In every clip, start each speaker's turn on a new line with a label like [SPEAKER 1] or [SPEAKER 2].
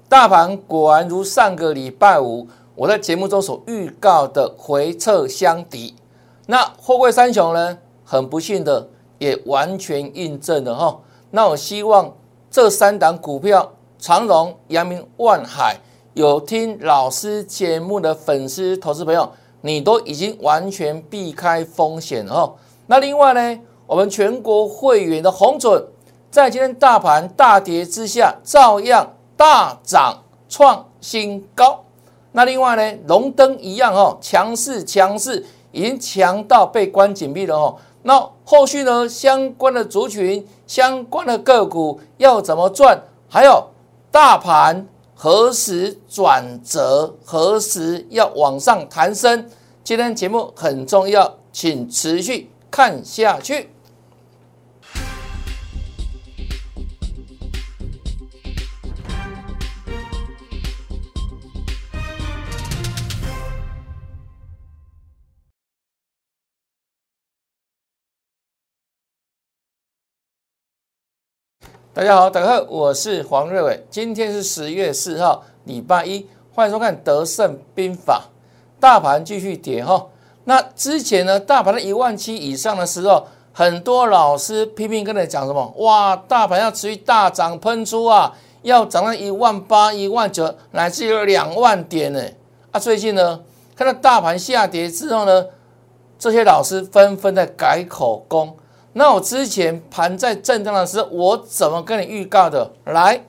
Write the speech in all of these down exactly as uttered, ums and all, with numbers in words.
[SPEAKER 1] 大盘果然如上个礼拜五我在节目中所预告的回撤相抵。那货柜三雄呢，很不幸的也完全印证了哈。那我希望这三档股票，长荣、阳明、万海，有听老师节目的粉丝投资朋友，你都已经完全避开风险了哈。那另外呢，我们全国会员的红准，在今天大盘大跌之下，照样大涨创新高。那另外呢，荣登一样哦，强势强势，已经强到被关紧闭了哦。那后续呢，相关的族群、相关的个股要怎么赚？还有大盘何时转折，何时要往上弹升？今天节目很重要，请持续看下去。大家好，大家好，我是黄瑞伟。今天是十月四号，礼拜一，欢迎收看《德胜兵法》。大盘继续跌哈，那之前呢，大盘在一万七以上的时候，很多老师拼命跟你讲什么？哇，大盘要持续大涨喷出啊，要涨到一万八、一万九，乃至于两万点呢。啊，最近呢，看到大盘下跌之后呢，这些老师纷纷在改口供。那我之前盘在震荡的时候，我怎么跟你预告的？来，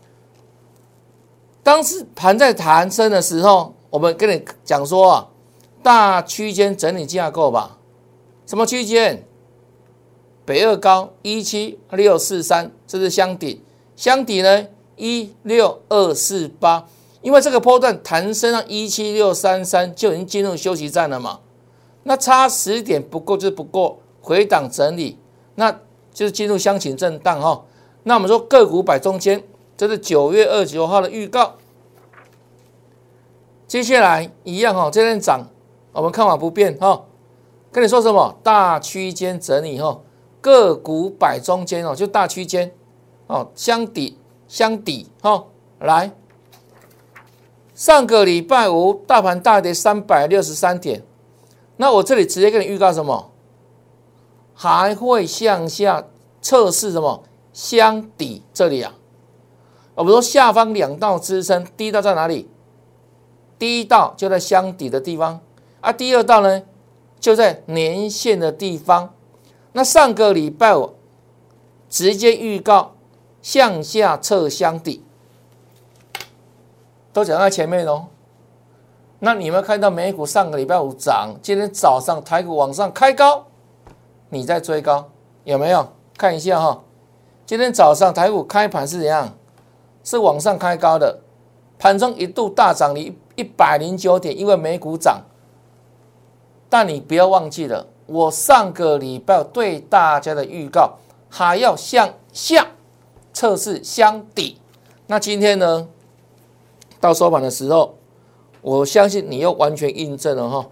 [SPEAKER 1] 当时盘在弹升的时候，我们跟你讲说啊，大区间整理架构吧。什么区间？北二高一七六四三，这是箱底，箱底呢一六二四八，因为这个波段弹升到一七六三三，就已经进入休息站了嘛。那差十点不够就是不够。回档整理，那就是进入箱型震荡哈。那我们说个股摆中间，这是九月二十九号的预告。接下来一样哈，这天涨，我们看法不变哈。跟你说什么？大区间整理哈，个股摆中间哦，就大区间哦，箱底箱底哈。来，上个礼拜五大盘大跌三百六十三点，那我这里直接跟你预告什么？还会向下测试什么箱底这里啊？我们说下方两道支撑，第一道在哪里？第一道就在箱底的地方啊，第二道呢就在年线的地方。那上个礼拜我直接预告向下测箱底，都讲在前面哦。那你们看到美股上个礼拜五涨，今天早上台股往上开高。你在追高有没有？看一下哈，今天早上台股开盘是怎样？是往上开高的，盘中一度大涨了一百零九点，因为美股涨。但你不要忘记了，我上个礼拜对大家的预告还要向下测试箱底。那今天呢，到收盘的时候，我相信你又完全印证了哈。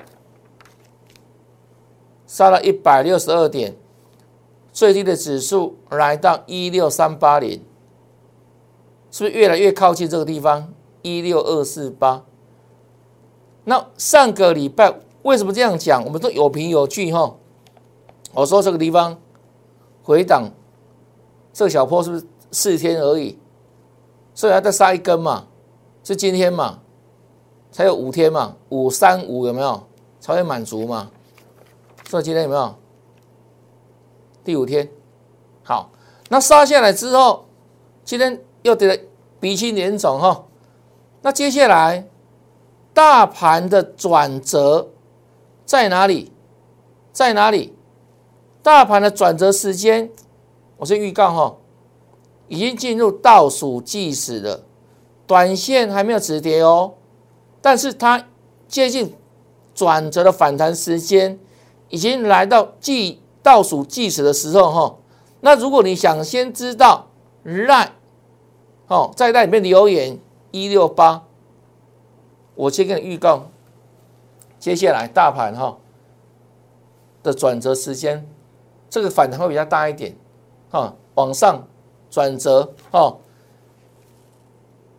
[SPEAKER 1] 杀了一百六十二点，最低的指数来到一六三八零，是不是越来越靠近这个地方？一六二四八。那上个礼拜为什么这样讲？我们都有凭有据哈。我说这个地方回档，这个小波是不是四天而已？所以还再杀一根嘛？是今天嘛？才有五天嘛？五三五有没有？才会满足嘛？所以今天有没有第五天？好，那杀下来之后，今天又跌了鼻青脸肿哈。那接下来大盘的转折在哪里？在哪里？大盘的转折时间，我是预告哈，已经进入倒数计时了。短线还没有止跌哦，但是它接近转折的反弹时间。已经来到计倒数计时的时候哈，那如果你想先知道 LINE 哦，在 LINE 里面留言一六八，我先跟你预告，接下来大盘哈的转折时间，这个反弹会比较大一点哈，往上转折哈，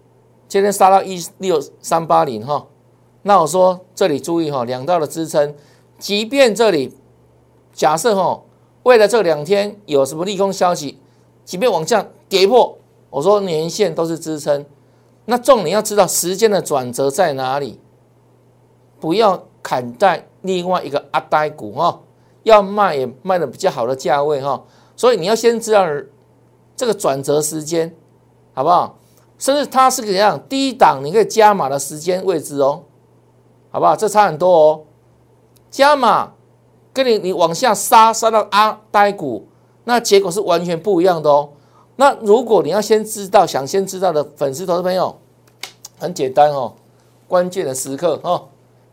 [SPEAKER 1] 今天杀到一六三八零哈，那我说这里注意哈，两道的支撑，即便这里假设哈，为了这两天有什么利空消息，即便往下跌破，我说年线都是支撑。那重点要知道时间的转折在哪里，不要砍在另外一个阿呆股哈，要卖也卖的比较好的价位哈，所以你要先知道这个转折时间，好不好？甚至它是怎样低档，你可以加码的时间位置哦，好不好？这差很多哦，加码跟你你往下杀杀到阿呆股，那结果是完全不一样的哦。那如果你要先知道，想先知道的粉丝投资朋友，很简单哦，关键的时刻哦，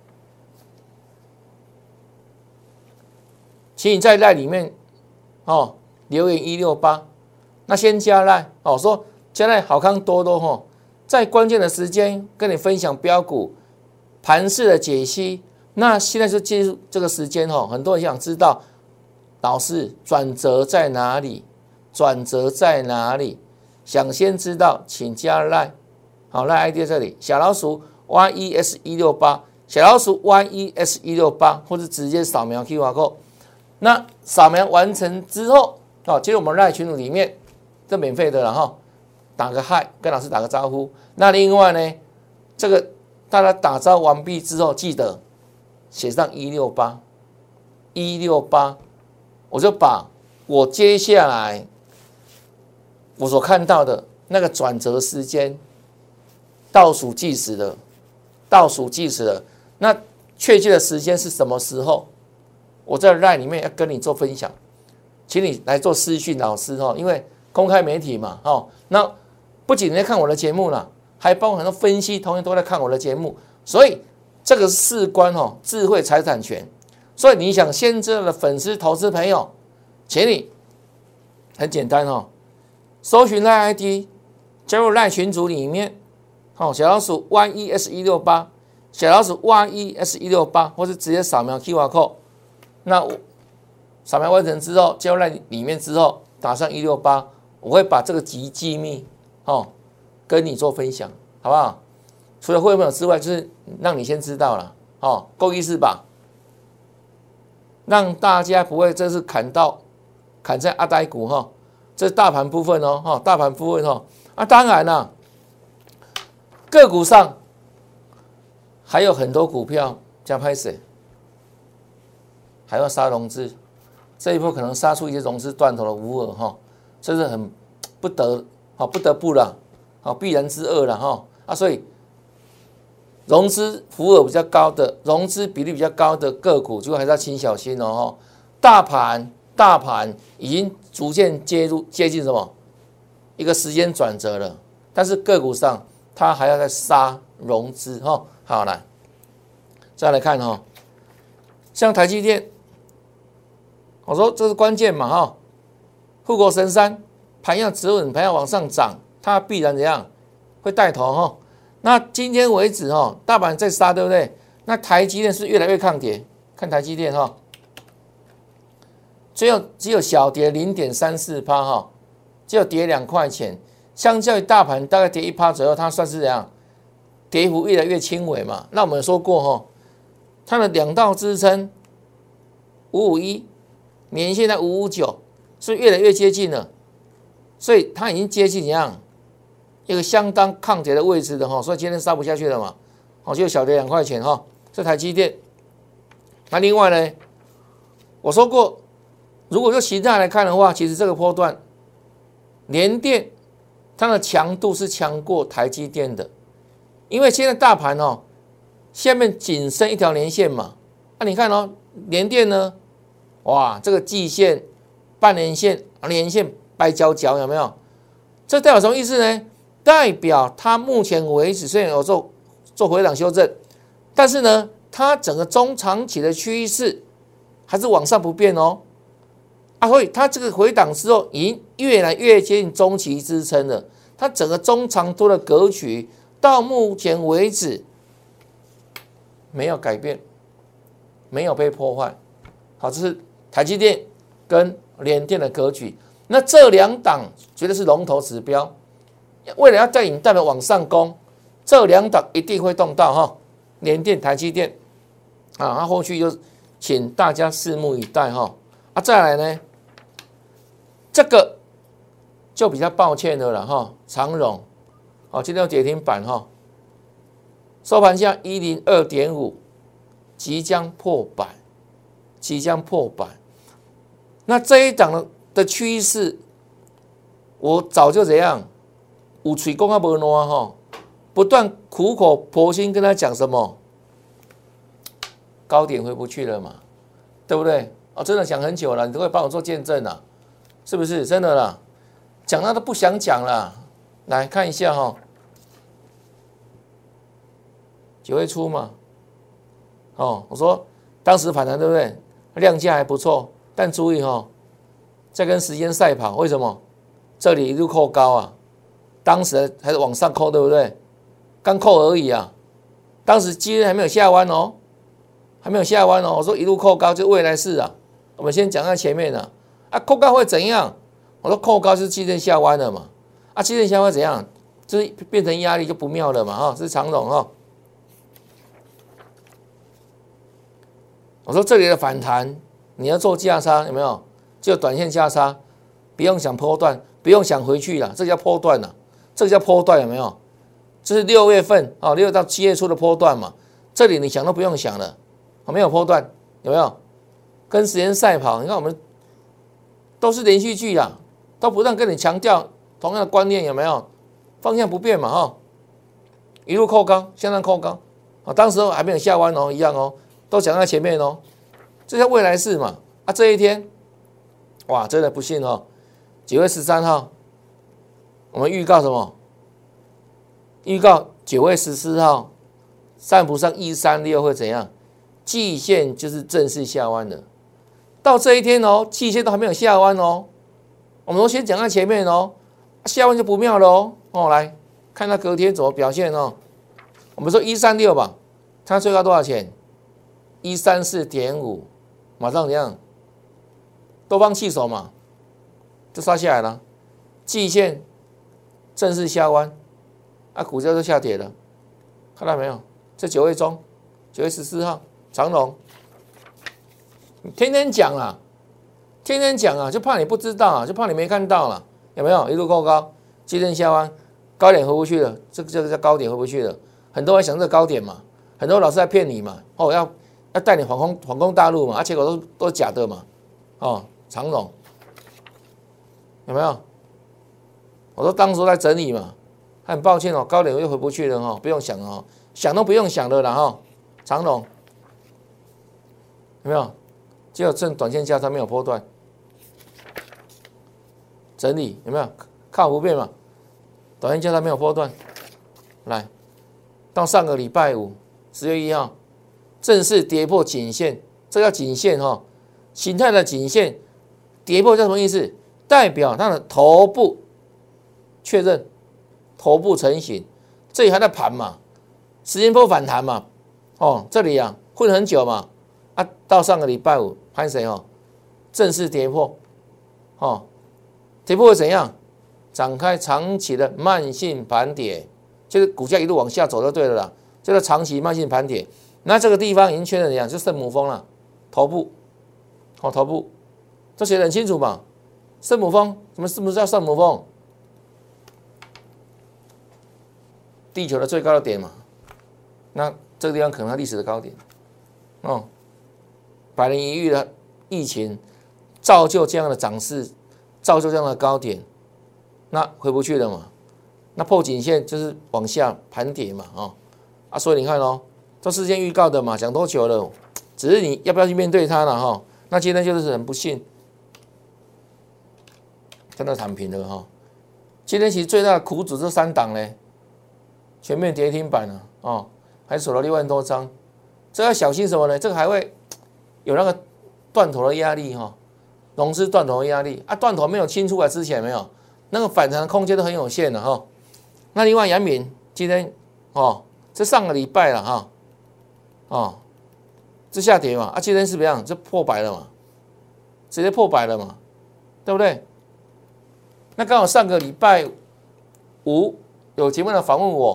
[SPEAKER 1] 请你在 LINE 里面哦留言一六八，那先加 LINE哦，说加 LINE好康多多哦，在关键的时间跟你分享标股盘势的解析。那现在就进入这个时间哦，很多人想知道老师转折在哪里？转折在哪里？想先知道，请加 LINE， 好 ，LINE I D 这里，小老鼠 Y E S 一六八，小老鼠 Y E S 一六八，或者直接扫描 Q R code。那扫描完成之后，哦，进入我们 LINE 群组里面，这免费的了哈，打个嗨，跟老师打个招呼。那另外呢，这个大家打招呼完毕之后，记得写上一六八，一六八，我就把我接下来我所看到的那个转折时间倒数计时的，倒数计时的，那确切的时间是什么时候？我在 LINE 里面要跟你做分享，请你来做私讯老师哦，因为公开媒体嘛，哦，那不仅你在看我的节目啦，还包括很多分析，同样都在看我的节目，所以这个事关哦智慧财产权，所以你想先知道的粉丝投资朋友，请你很简单哦。搜寻 LINE I D， 加入 LINE 群组里面，好，小老鼠 Y E S 一六八，小老鼠 Y E S 一六八，或是直接扫描 Q R code。那我扫描完成之后，加入 LINE 里面之后，打上一六八，我会把这个极机密，哦，跟你做分享，好不好？除了会员之外，就是让你先知道了，哦，够意思吧？让大家不会这是砍到砍在阿呆股哈。哦，这是大盘部分哦，哈，大盘部分哦，啊，当然啦，个股上还有很多股票加拍水，还要杀融资，这一波可能杀出一些融资断头的无耳哈，这是很不得啊，不得不了，啊，必然之恶了哈，啊，所以融资幅额比较高的、融资比例比较高的个股，就还是要请小心哦，哈，大盘。大盘已经逐渐接入接近什么一个时间转折了，但是个股上它还要再杀融资哈。好，来再来看哈，像台积电，我说这是关键嘛哈，护国神山，盘要止稳，盘要往上涨，它必然怎样会带头哈。那今天为止哈，大盘在杀，对不对？那台积电是越来越抗跌，看台积电哈。最后只有小跌零点三四趴哈，只有跌两块钱，相较于大盘大概跌一趴左右，它算是怎样？跌幅越来越轻微嘛。那我们说过哈，它的两道支撑五五一，年线在五五九，是越来越接近了，所以它已经接近怎样一个相当抗跌的位置的哈，所以今天杀不下去了嘛，好，就小跌两块钱哈，这台积电。那另外呢，我说过。如果就形态来看的话，其实这个波段，联电它的强度是强过台积电的，因为现在大盘哦，下面仅剩一条连线嘛，啊，你看哦，联电呢，哇，这个季线、半年线、年线白交交有没有？这代表什么意思呢？代表它目前为止虽然有做做回档修正，但是呢，它整个中长期的趋势还是往上不变哦。啊，所以它这个回档之后，已经越来越接近中期支撑了。它整个中长多的格局到目前为止没有改变，没有被破坏。好，这是台积电跟联电的格局。那这两档绝对是龙头指标，为了要带领大盘往上攻， 这两档一定会动到哈，联电、台积电啊，那后续就请大家拭目以待哈。啊，再来呢，这个就比较抱歉的了哈，长荣，哦，今天有跌停板哈，收盘价一零二点五，即将破百，即将破百。那这一档的的趋势，我早就怎样，有嘴讲啊无烂哈，不断苦口婆心跟他讲什么，高点回不去了嘛，对不对？哦，真的讲很久了，你都会帮我做见证啊，是不是？真的啦，讲他都不想讲了。来看一下哈，九月初嘛，哦，我说当时反弹对不对？量价还不错，但注意哈，在跟时间赛跑，为什么？这里一路扣高啊，当时还是往上扣，对不对？刚扣而已啊，当时基金还没有下弯哦，还没有下弯哦。我说一路扣高就未来式啊。我们先讲在前面啊，啊，扣高会怎样？我说扣高就是基线下弯了嘛，啊，基线下弯怎样？就是变成压力就不妙了嘛，哈，这是长荣哈。我说这里的反弹，你要做价差有没有？就短线价差，不用想波段，不用想回去了，这叫波段了，这个叫波段有没有？这是六月份啊，六到七月初的波段嘛，这里你想都不用想了，没有波段有没有？跟时间赛跑，你看我们都是连续剧啊，都不断跟你强调同样的观念，有没有？方向不变嘛，哈，一路扣高，向上扣高啊，当时还没有下弯哦，一样哦，都讲在前面哦，这叫未来式嘛，啊，这一天，哇，真的不信哦，九月十三号，我们预告什么？预告九月十四号，站不上一三六会怎样？季线就是正式下弯的。到这一天哦，季线都还没有下弯哦，我们都先讲在前面哦，下弯就不妙了哦。哦，来看它隔天怎么表现哦。我们说一三六吧，它最高多少钱？一三四点五，马上怎样？多方弃守嘛，就杀下来了。季线正式下弯，啊，股价就下跌了，看到没有？这九月中，九月十四号，长荣。天天讲啊，天天讲啊，就怕你不知道啊，就怕你没看到了，有没有？一路过高，基线下弯，高点回不去了，这个这个叫高点回不去了。很多人想这个高点嘛，很多老师在骗你嘛，哦，要要带你反攻反攻大陆嘛，啊，结果都都是假的嘛，哦，长荣有没有？我说当时在整理嘛，很抱歉哦，高点又回不去了哈，不用想了哈，想都不用想了啦哈，长荣有没有？只有趁短线价差没有波段，整理有没有？看不变嘛，短线价差没有波段，来到上个礼拜五，十月一号正式跌破颈线，这叫颈线哈，形态的颈线跌破叫什么意思？代表它的头部确认，头部成型，这里还在盘嘛，时间波反弹嘛，哦，这里啊混很久嘛，啊，到上个礼拜五。拍谁哦？正式跌破，哦，跌破会怎样？展开长期的慢性盘跌，就是股价一路往下走就对了啦。这个长期慢性盘跌，那这个地方已经确认怎样？就圣母峰了，头部，哦，头部，这写得很清楚嘛。圣母峰，什么是不是叫圣母峰？地球的最高的点嘛。那这个地方可能它历史的高点，哦。百年一遇的疫情，造就这样的涨势，造就这样的高点，那回不去了嘛？那破颈线就是往下盘跌嘛，哦，啊，所以你看哦，这事先预告的嘛，讲多久了？只是你要不要去面对它了哈？那今天就是很不幸，真的躺平了哈。今天其实最大的苦主这三档呢，全面跌停板了哦，还锁了六万多张，这要小心什么呢？这个还会。有那个断头的压力哈，融资断头的压力啊，断头没有清出来之前没有，那个反弹的空间都很有限的哈。那另外阳明今天哦，这上个礼拜了哈，哦，这下跌嘛，啊，今天是怎么样？这破百了嘛，直接破百了嘛，对不对？那刚好上个礼拜五有节目的访问我，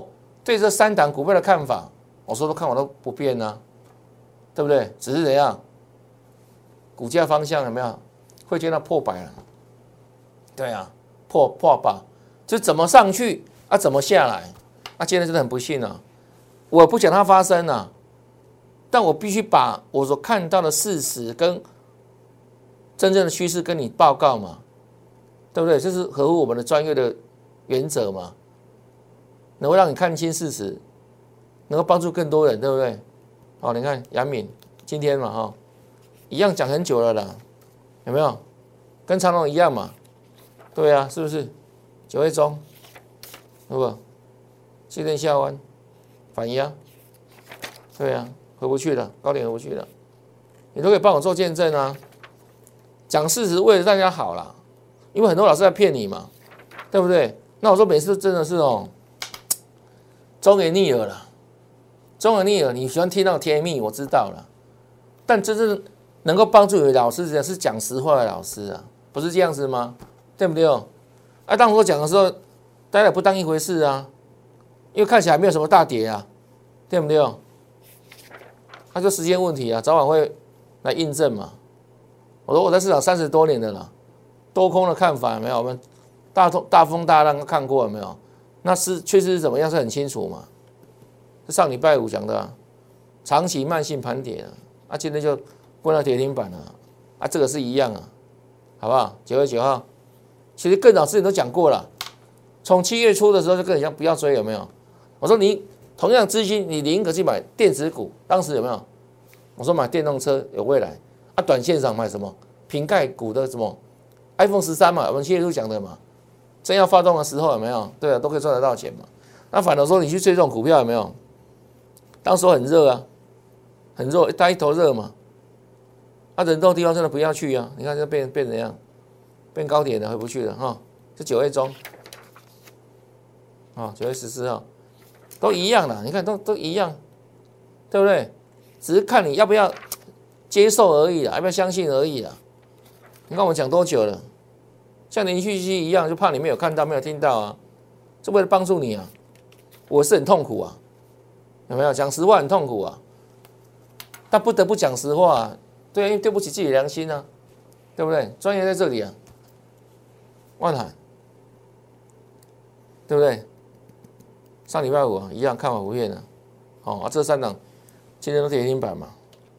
[SPEAKER 1] 对这三档股票的看法，我说都看法都不变啊，对不对？只是怎样，股价方向有没有会见到破百了？对啊，破破百，就怎么上去啊，怎么下来啊？今天真的很不幸啊！我不讲它发生啊，但我必须把我所看到的事实跟真正的趋势跟你报告嘛，对不对？这是合乎我们的专业的原则嘛，能够让你看清事实，能够帮助更多人，对不对？好，你看阳明今天嘛，哈，一样讲很久了啦，有没有？跟长荣一样嘛，对啊，是不是？九月中，对不？今天下弯，反压，对啊，回不去了，高点回不去了，你都可以帮我做见证啊。讲事实为了大家好啦，因为很多老师在骗你嘛，对不对？那我说每次真的是哦，忠言逆耳了，忠言逆耳，你喜欢听那种甜言蜜语，我知道了，但真正能够帮助你的老师，是讲实话的老师啊，不是这样子吗？对不对？啊，当我讲的时候，大家也不当一回事啊，因为看起来没有什么大跌啊，对不对？那就时间问题啊，早晚会来印证嘛。我说我在市场三十多年的了，多空的看法有没有？我们大风大风大浪看过有没有？那是确实是怎么样是很清楚嘛。是上礼拜五讲的、啊，长期慢性盘跌啊，啊今天就过到跌停板了，啊这个是一样啊，好不好？九月九号，其实更早之前都讲过了，从七月初的时候就跟人家不要追有没有？我说你同样资金，你宁可去买电子股，当时有没有？我说买电动车有未来。啊，短线上买什么？瓶盖股的什么 ？iPhone 十三嘛，我们七月初讲的嘛。真要发动的时候有没有？对啊，都可以赚得到钱嘛。那反而说你去追这种股票有没有？当时很热啊，很热，大一头热嘛。啊，人多的地方真的不要去啊！你看这变变怎样？变高点了，回不去了哈。是九月中，啊，九月十四号，都一样的，你看都都一样，对不对？只是看你要不要接受而已啦，要不要相信而已啦。你看我讲多久了？像连续剧一样，就怕你没有看到、没有听到啊，是为了帮助你啊。我是很痛苦啊，有没有？讲实话很痛苦啊，但不得不讲实话啊。对，因为对不起自己的良心啊，对不对？专业在这里啊，万海，对不对？上礼拜五啊，一样看法不变啊。哦，啊，这三档今天都跌停板嘛。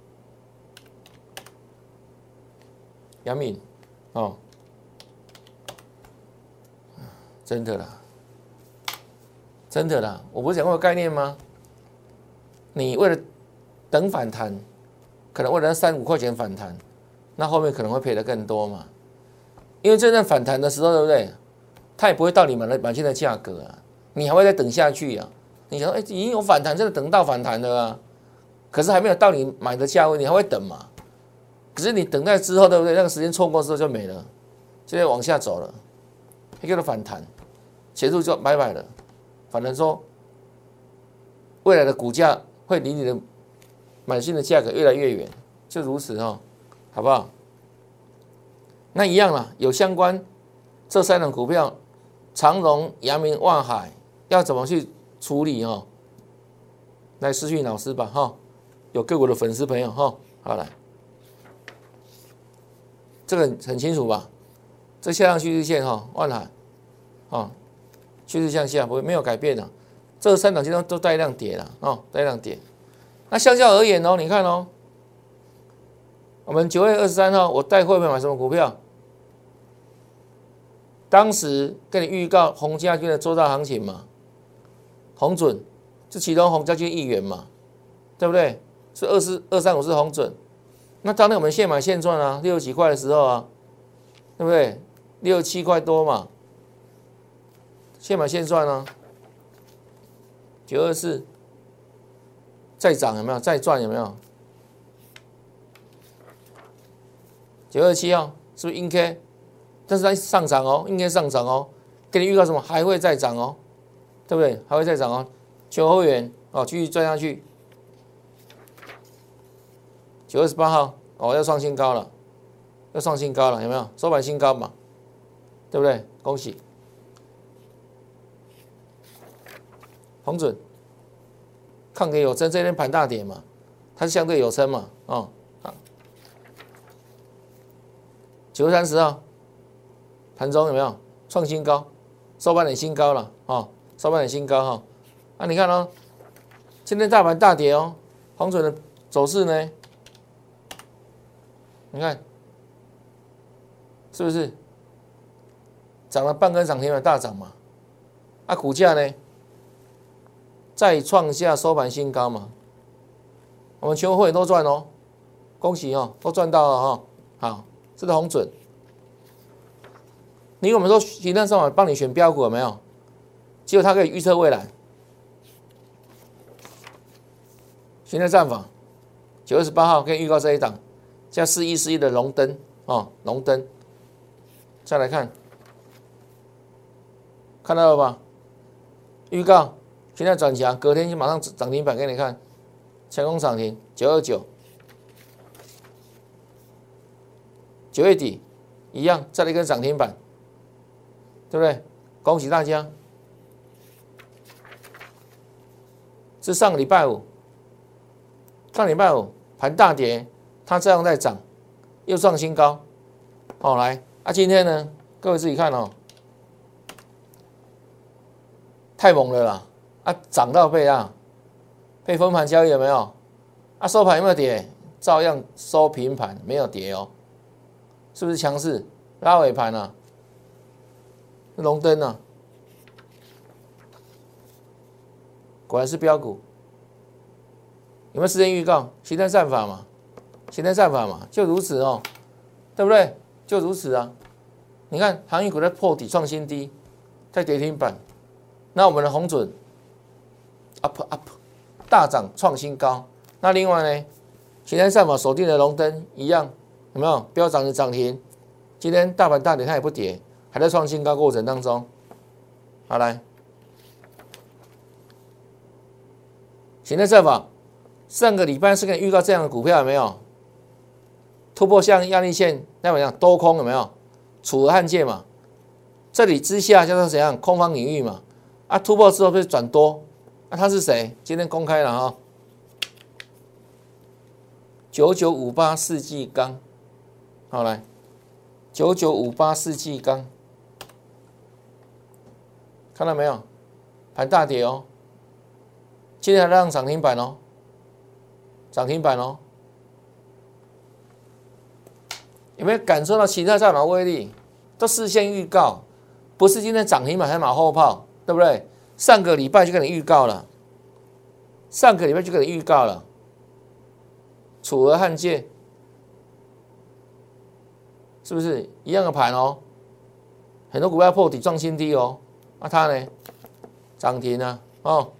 [SPEAKER 1] 阳明，哦，真的啦，真的啦，我不是讲过概念吗？你为了等反弹，可能为了那三五块钱反弹，那后面可能会赔得更多嘛。因为真正反弹的时候，对不对？它也不会到你买的买进的价格啊，你还会再等下去啊。你想说，哎，已经有反弹，真的等到反弹了啊，可是还没有到你买的价位，你还会等嘛？可是你等待之后，对不对？那个时间错过之后就没了，现在往下走了，一个反弹，结束就拜拜了。反正说，未来的股价会离你的买进的价格越来越远，就如此哦，好不好？那一样啦，有相关这三种股票，长荣、阳明、万海，要怎么去处理哦？来私讯老师吧，哈，有个股的粉丝朋友哈，好来。这个很清楚吧？这下降趋势线哈，万海，啊，趋势向下，不会没有改变的。这三档今天都带量跌了哦，带量跌。那相较而言哦，你看哦，我们九月二十三号我带会员买什么股票？当时跟你预告洪家军的周大行情嘛，红准是其中洪家军一员嘛，对不对？是二四二三五是红准。那当年我们现买现赚啊，六十几块的时候啊，对不对？六十七块多嘛，现买现赚啊。九二四再涨有没有？再赚有没有？九二七哦，是不是阴 K？ 但是它上涨哦，阴 K 上涨哦，给你预告什么？还会再涨哦，对不对？还会再涨哦，九后元哦，继续赚下去。九月二十八号哦，要创新高了，要创新高了，有没有？收盘新高嘛，对不对？恭喜，红准抗跌有撑，这边盘大跌嘛，它是相对有撑嘛，哦，好，九月三十号盘中有没有创新高，收盘点新高了，哦，收盘点新高哈，哦，那，啊，你看哦，今天大盘大跌哦，红准的走势呢？你看是不是涨了半根涨停板大涨嘛？啊，股价呢再创下收盘新高嘛？我们全国会员都赚哦，恭喜哦，都赚到了哈，哦。好，这是红准。你我们说形态上法帮你选标股有没有？结果它可以预测未来。形态战法九月十八号可以预告这一档，加四一四一的龙灯哦，龙灯。再来看，看到了吧？预告现在转强，隔天就马上涨停板给你看，强攻涨停九二九，九月底一样再来一根涨停板，对不对？恭喜大家！是上个礼拜五，上礼拜五盘大跌，它这样在涨，又创新高。好，来啊，今天呢，各位自己看哦，太猛了啦！啊，涨到被啊，被分盘交易有没有？啊，收盘有没有跌？照样收平盘，没有跌哦，是不是强势？拉尾盘啊，龙灯啊，果然是标股。有没有时间预告？形态战法嘛，形态战法嘛，就如此哦，对不对？就如此啊！你看航运股在破底创新低，在跌停板，那我们的红准 up up 大涨创新高。那另外呢，形态战法锁定的龙灯一样，有没有飙涨的涨停？今天大盘大跌，它也不跌，还在创新高过程当中。好，来，形态战法。上个礼拜是跟你预告这样的股票有没有突破向压力线？那怎么样？多空有没有？楚河汉界嘛，这里之下叫做怎样？空方领域嘛。啊，突破之后被转多，啊，他是谁？今天公开了哈，九九五八世纪钢，好来，九九五八世纪钢，看到没有？盘大跌哦，今天还让涨停板哦。涨停板哦，有没有感受到其他战法威力？都事先预告，不是今天涨停板还马后炮，对不对？上个礼拜就跟你预告了，上个礼拜就跟你预告了，楚河汉界是不是一样的盘哦？很多股票破底创新低哦，那、啊、它呢涨停啊哦，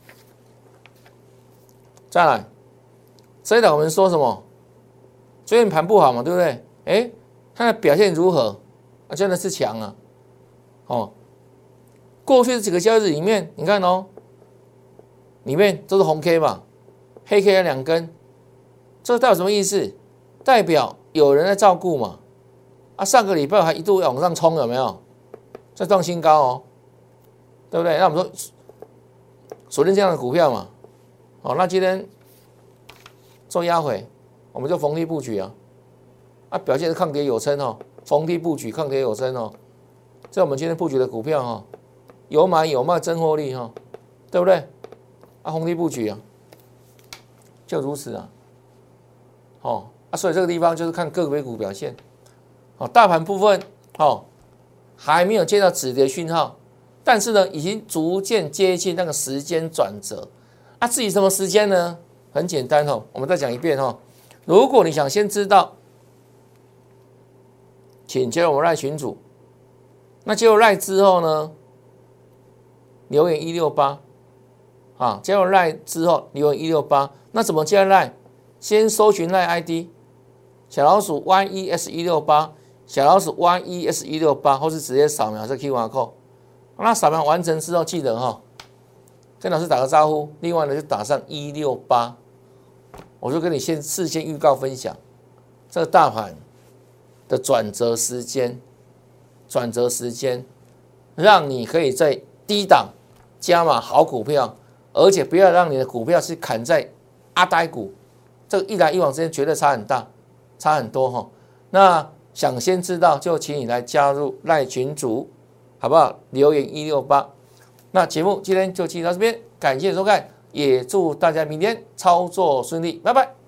[SPEAKER 1] 再来。这一档我们说什么？最近盘不好嘛，对不对？哎，它的表现如何？啊，真的是强啊！哦，过去的几个交易日里面，你看哦，里面都是红 K 嘛，黑 K 有两根，这代表什么意思？代表有人在照顾嘛。啊，上个礼拜还一度往上冲，有没有？再创新高哦，对不对？那我们说锁定这样的股票嘛。哦，那今天。做压回，我们就逢低布局啊，啊，表现是抗跌有撑哦，逢低布局抗跌有撑哦，这我们今天布局的股票哈，有买有卖真获利哈，对不对？啊，逢低布局啊，就如此啊，哦，啊，所以这个地方就是看个别股表现，哦，大盘部分哦还没有接到止跌讯号，但是呢，已经逐渐接近那个时间转折，啊，至于什么时间呢？很简单哦，我们再讲一遍哦。如果你想先知道，请加入我们赖群组。那加入赖之后呢，留言一六八啊，加入赖之后留言一六八。那怎么加入赖？先搜寻赖 I D 小老鼠 Y E S 一六八，小老鼠 Y E S 一六八，或是直接扫描这 Q R code。那扫描完成之后，记得哈、哦，跟老师打个招呼。另外呢，就打上一六八。我就跟你先事先预告分享这个大盘的转折时间，转折时间，让你可以在低档加码好股票， 而且不要让你的股票是砍在阿呆股，这个一来一往之间绝对差很大，差很多哈。那想先知道就请你来加入赖群组，好不好？留言一六八。那节目今天就进行到这边，感谢收看，也祝大家明天操作顺利，拜拜。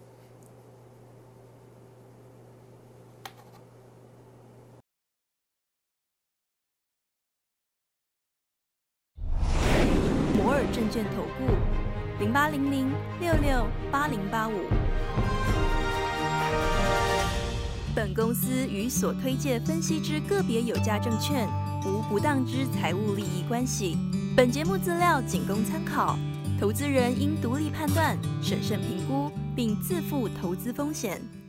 [SPEAKER 2] 摩尔证券投顾零八零零六六八零八五。本公司与所推介分析之个别有价证券无不当之财务利益关系。本节目资料仅供参考，投资人应独立判断、审慎评估，并自负投资风险。